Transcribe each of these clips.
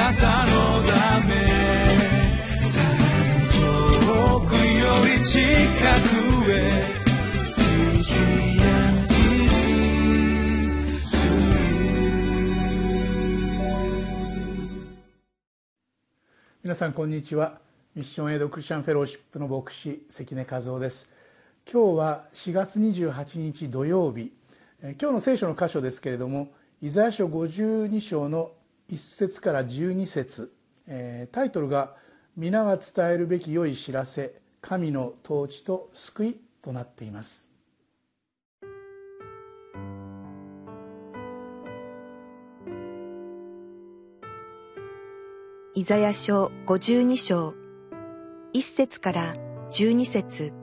なたのため遠くより近くへ皆さんこんにちは。ミッションエイドクリスチャンフェローシップの牧師関根和夫です。今日は4月28日土曜日、今日の聖書の箇所ですけれども、イザヤ書52章の1節から12節、タイトルが皆が伝えるべき良い知らせ、神の統治と救いとなっています。 イザヤ書52章1節から12節。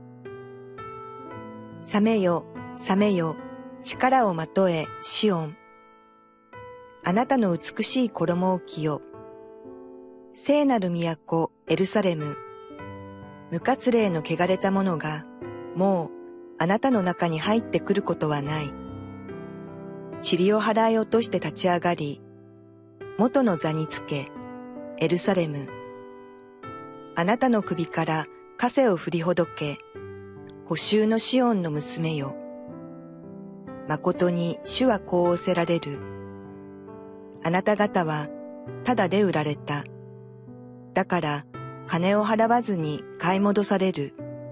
覚めよ、覚めよ、力をまとえ、シオン。あなたの美しい衣を着よ。聖なる都、エルサレム。無活霊の汚れた者が、もうあなたの中に入ってくることはない。塵を払い落として立ち上がり、元の座につけ、エルサレム。あなたの首から枷を振りほどけ、捕囚のシオンの娘よ。誠に主はこう仰せられる。あなた方はただで売られた。だから金を払わずに買い戻される。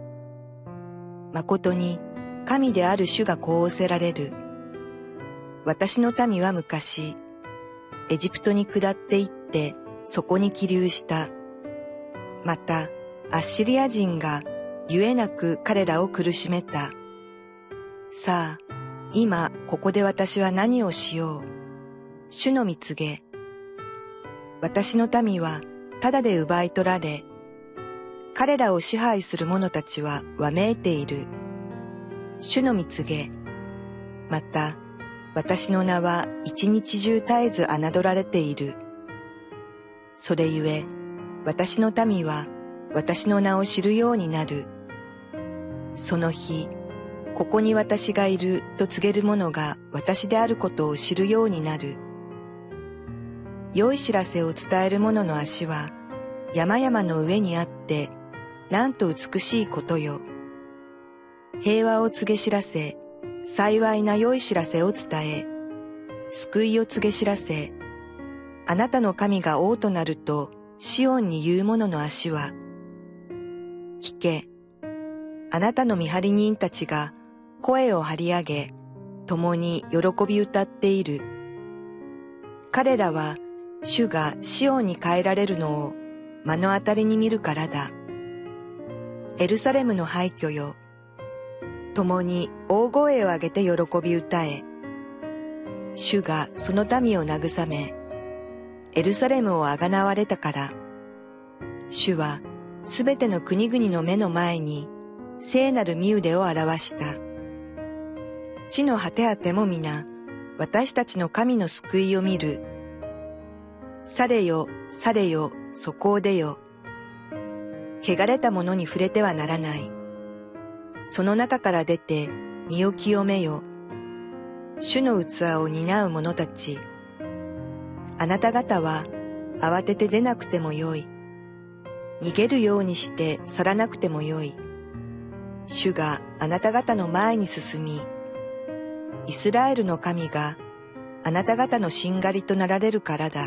誠に神である主がこう仰せられる。私の民は昔、エジプトに下って行って、そこに起立した。また、アッシリア人がゆえなく彼らを苦しめた。さあ、今ここで私は何をしよう。主の御告げ。私の民はただで奪い取られ、彼らを支配する者たちはわめいている。主の御告げ。また、私の名は一日中絶えず侮られている。それゆえ、私の民は私の名を知るようになる。その日、ここに私がいると告げる者が私であることを知るようになる。良い知らせを伝える者の足は山々の上にあって、なんと美しいことよ。平和を告げ知らせ、幸いな良い知らせを伝え、救いを告げ知らせ、あなたの神が王となるとシオンに言う者の足は、聞け、あなたの見張り人たちが声を張り上げ、共に喜び歌っている。彼らは主がシオンに帰られるのを目の当たりに見るからだ。エルサレムの廃墟よ、共に大声を上げて喜び歌え。主がその民を慰め、エルサレムをあがなわれたから。主はすべての国々の目の前に聖なる身腕を表した。地の果て果ても皆、私たちの神の救いを見る。されよ、されよ、そこを出よ。汚れたものに触れてはならない。その中から出て身を清めよ。主の器を担う者たち。あなた方は慌てて出なくてもよい。逃げるようにして去らなくてもよい。主があなた方の前に進み、イスラエルの神があなた方のしんがりとなられるからだ。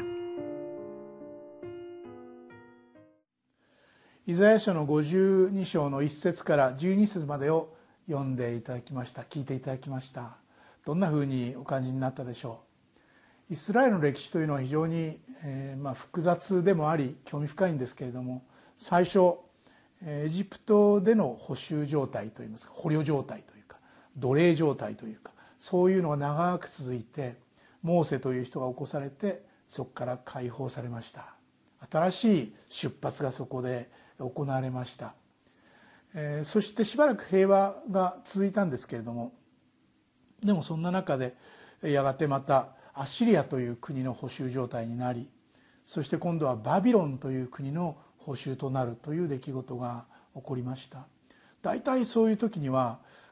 イザヤ書の52章の1節から12節までを読んでいただきました。聞いていただきました。どんなふうにお感じになったでしょう。イスラエルの歴史というのは非常に、複雑でもあり興味深いんですけれども、最初エジプトでの捕囚状態といいますか、捕虜状態というか奴隷状態というか、そういうのが長く続いて、モーセという人が起こされて、そこから解放されました。新しい出発がそこで行われました。そしてしばらく平和が続いたんですけれども、でもそんな中でやがてまたアッシリアという国の捕囚状態になり、そして今度はバビロンという国の捕囚となるという出来事が起こりました。大体そういう時には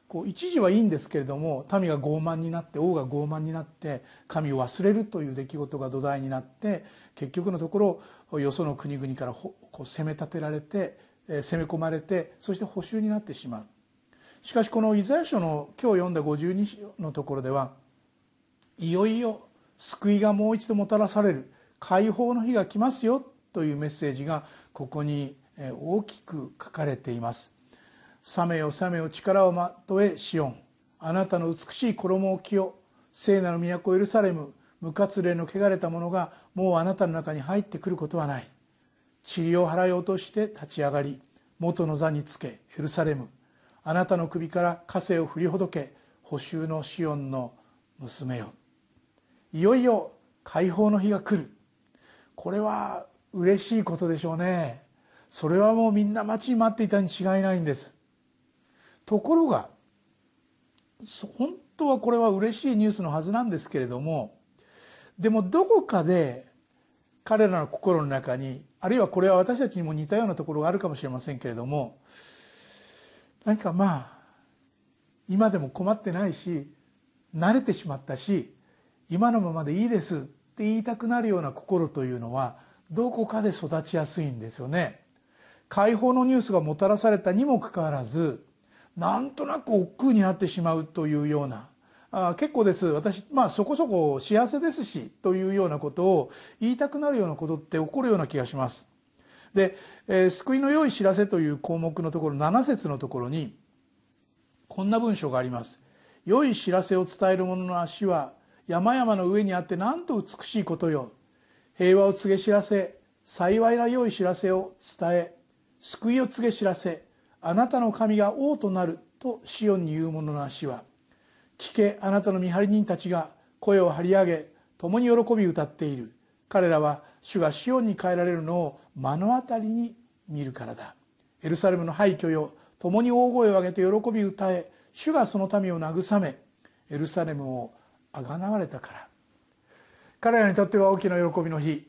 一時はいいんですけれども、民が傲慢になって、王が傲慢になって神を忘れるという出来事が土台になって、結局のところよその国々から攻め立てられて、攻め込まれて、そして捕囚になってしまう。しかしこのイザヤ書の今日読んだ52章のところでは、いよいよ救いがもう一度もたらされる、解放の日が来ますよというメッセージがここに大きく書かれています。さめよさめよ、力をまとえシオン、あなたの美しい衣を着よ、聖なる都エルサレム、無活霊の汚れた者がもうあなたの中に入ってくることはない。塵を払い落として立ち上がり、元の座につけ、エルサレム、あなたの首から枷を振りほどけ、捕囚のシオンの娘よ。いよいよ解放の日が来る。これは嬉しいことでしょうね。それはもうみんな待ちに待っていたに違いないんです。ところが本当はこれは嬉しいニュースのはずなんですけれども、でもどこかで彼らの心の中に、あるいはこれは私たちにも似たようなところがあるかもしれませんけれども、何か今でも困ってないし、慣れてしまったし、今のままでいいですって言いたくなるような心というのはどこかで育ちやすいんですよね。解放のニュースがもたらされたにもかかわらず、なんとなく億劫になってしまうというような、結構です、私そこそこ幸せですしというようなことを言いたくなるようなことって起こるような気がします。で、救いの良い知らせという項目のところ7節のところにこんな文章があります。良い知らせを伝える者の足は山々の上にあってなんと美しいことよ。平和を告げ知らせ、幸いな良い知らせを伝え、救いを告げ知らせ、あなたの神が王となるとシオンに言う者の足は、聞け、あなたの見張り人たちが声を張り上げ共に喜び歌っている。彼らは主がシオンに帰られるのを目の当たりに見るからだ。エルサレムの廃墟よ、共に大声を上げて喜び歌え、主がその民を慰めエルサレムをあがなわれたから。彼らにとっては大きな喜びの日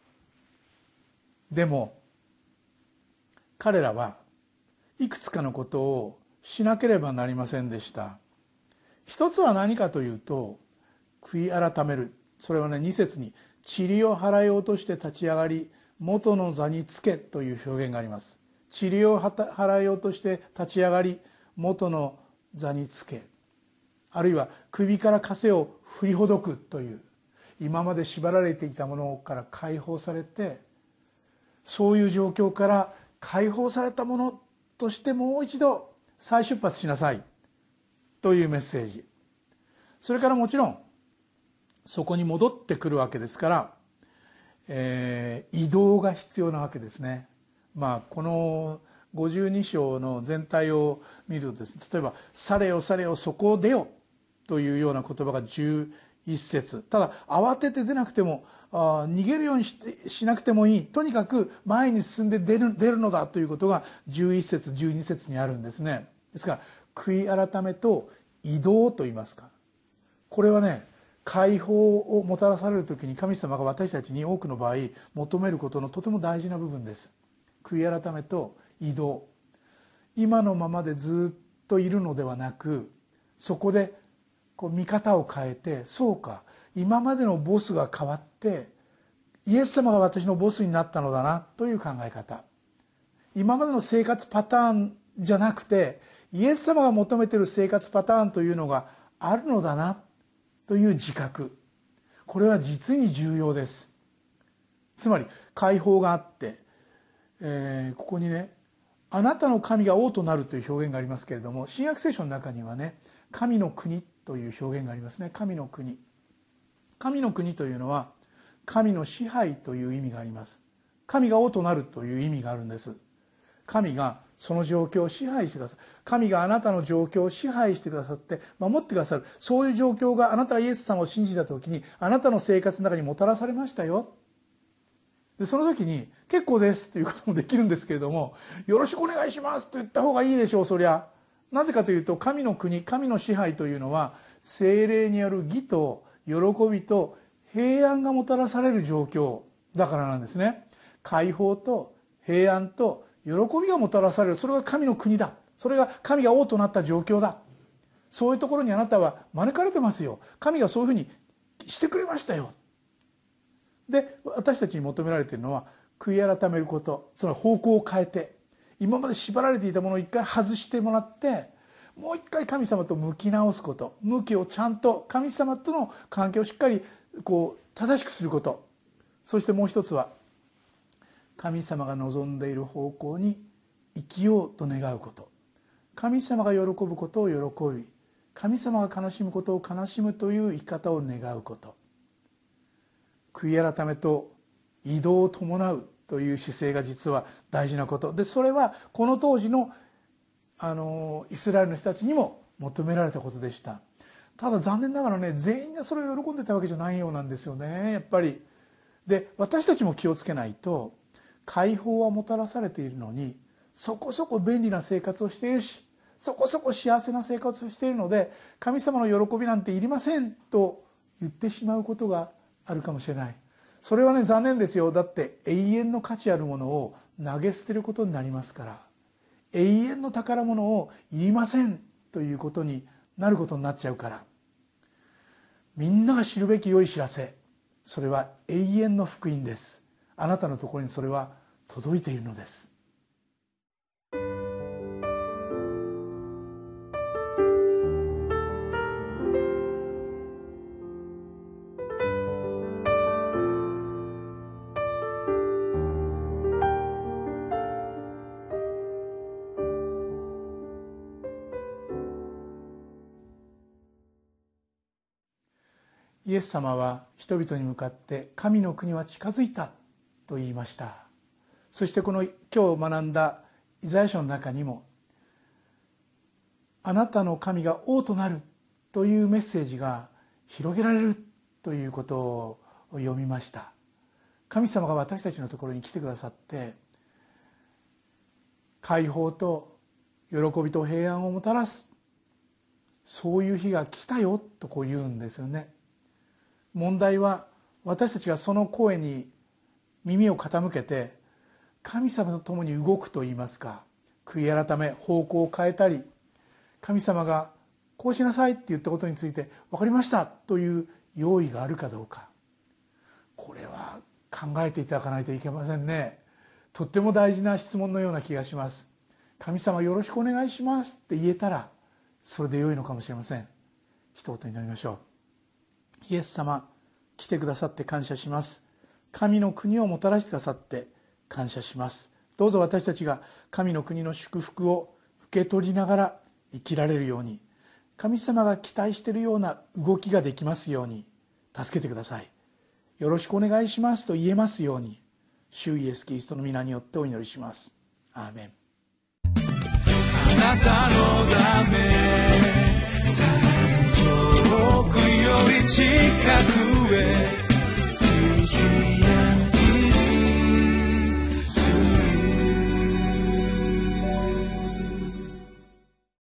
でも、彼らはいくつかのことをしなければなりませんでした。一つは何かというと、悔い改める。それは2節に塵を払い落として立ち上がり元の座につけという表現があります。塵を払い落として立ち上がり元の座につけ、あるいは首から枷を振りほどくという、今まで縛られていたものから解放されて、そういう状況から解放されたものとしてもう一度再出発しなさいというメッセージ。それからもちろんそこに戻ってくるわけですから、移動が必要なわけですね。この52章の全体を見るとですね、例えばされよされよそこを出よというような言葉が11節。ただ慌てて出なくても逃げるようにしなくてもいい、とにかく前に進んで出るのだということが11節12節にあるんですね。ですから悔い改めと移動といいますか、これはね、解放をもたらされる時に神様が私たちに多くの場合求めることのとても大事な部分です。悔い改めと移動。今のままでずっといるのではなく、そこで見方を変えて、そうか、今までのボスが変わってイエス様が私のボスになったのだなという考え方。今までの生活パターンじゃなくて、イエス様が求めている生活パターンというのがあるのだなという自覚、これは実に重要です。つまり解放があって、ここにね、あなたの神が王となるという表現がありますけれども、新約聖書の中にはね、神の国という表現がありますね。神の国。神の国というのは神の支配という意味があります。神が王となるという意味があるんです。神がその状況を支配してくださる。神があなたの状況を支配してくださって守ってくださる。そういう状況があなたがイエス様を信じた時にあなたの生活の中にもたらされましたよ。でその時に結構ですということもできるんですけれども、よろしくお願いしますと言った方がいいでしょう。そりゃなぜかというと、神の国、神の支配というのは聖霊による義と喜びと平安がもたらされる状況だからなんですね。解放と平安と喜びがもたらされる、それが神の国だ。それが神が王となった状況だそういうところにあなたは招かれてますよ。神がそういうふうにしてくれましたよ。で、私たちに求められているのは悔い改めること、つまり方向を変えて、今まで縛られていたものを一回外してもらって、もう一回神様と向き直すこと、向きをちゃんと神様との関係をしっかり正しくすること、そしてもう一つは神様が望んでいる方向に生きようと願うこと、神様が喜ぶことを喜び、神様が悲しむことを悲しむという生き方を願うこと、悔い改めと移動を伴うという姿勢が実は大事なことで、それはこの当時のイスラエルの人たちにも求められたことでした。ただ残念ながらね、全員がそれを喜んでたわけじゃないようなんですよね、やっぱり。で、私たちも気をつけないと、解放はもたらされているのにそこそこ便利な生活をしているし、そこそこ幸せな生活をしているので、神様の喜びなんていりませんと言ってしまうことがあるかもしれない。それはね、残念ですよ。だって永遠の価値あるものを投げ捨てることになりますから、永遠の宝物をいりませんということになることになっちゃうから、みんなが知るべき良い知らせ、それは永遠の福音です。あなたのところにそれは届いているのです。イエス様は人々に向かって神の国は近づいたと言いました。そしてこの今日学んだイザヤ書の中にも、あなたの神が王となるというメッセージが広げられるということを読みました。神様が私たちのところに来てくださって、解放と喜びと平安をもたらす、そういう日が来たよとこう言うんですよね。問題は私たちがその声に耳を傾けて神様と共に動くといいますか、悔い改め方向を変えたり、神様がこうしなさいって言ったことについて分かりましたという用意があるかどうか、これは考えていただかないといけませんね。とっても大事な質問のような気がします。神様よろしくお願いしますって言えたらそれで良いのかもしれません。一言になりましょう。イエス様、来てくださって感謝します。神の国をもたらしてくださって感謝します。どうぞ私たちが神の国の祝福を受け取りながら生きられるように、神様が期待しているような動きができますように助けてください。よろしくお願いしますと言えますように、主イエスキリストの皆によってお祈りします。アーメン。 あなたのため、遠くより近くへ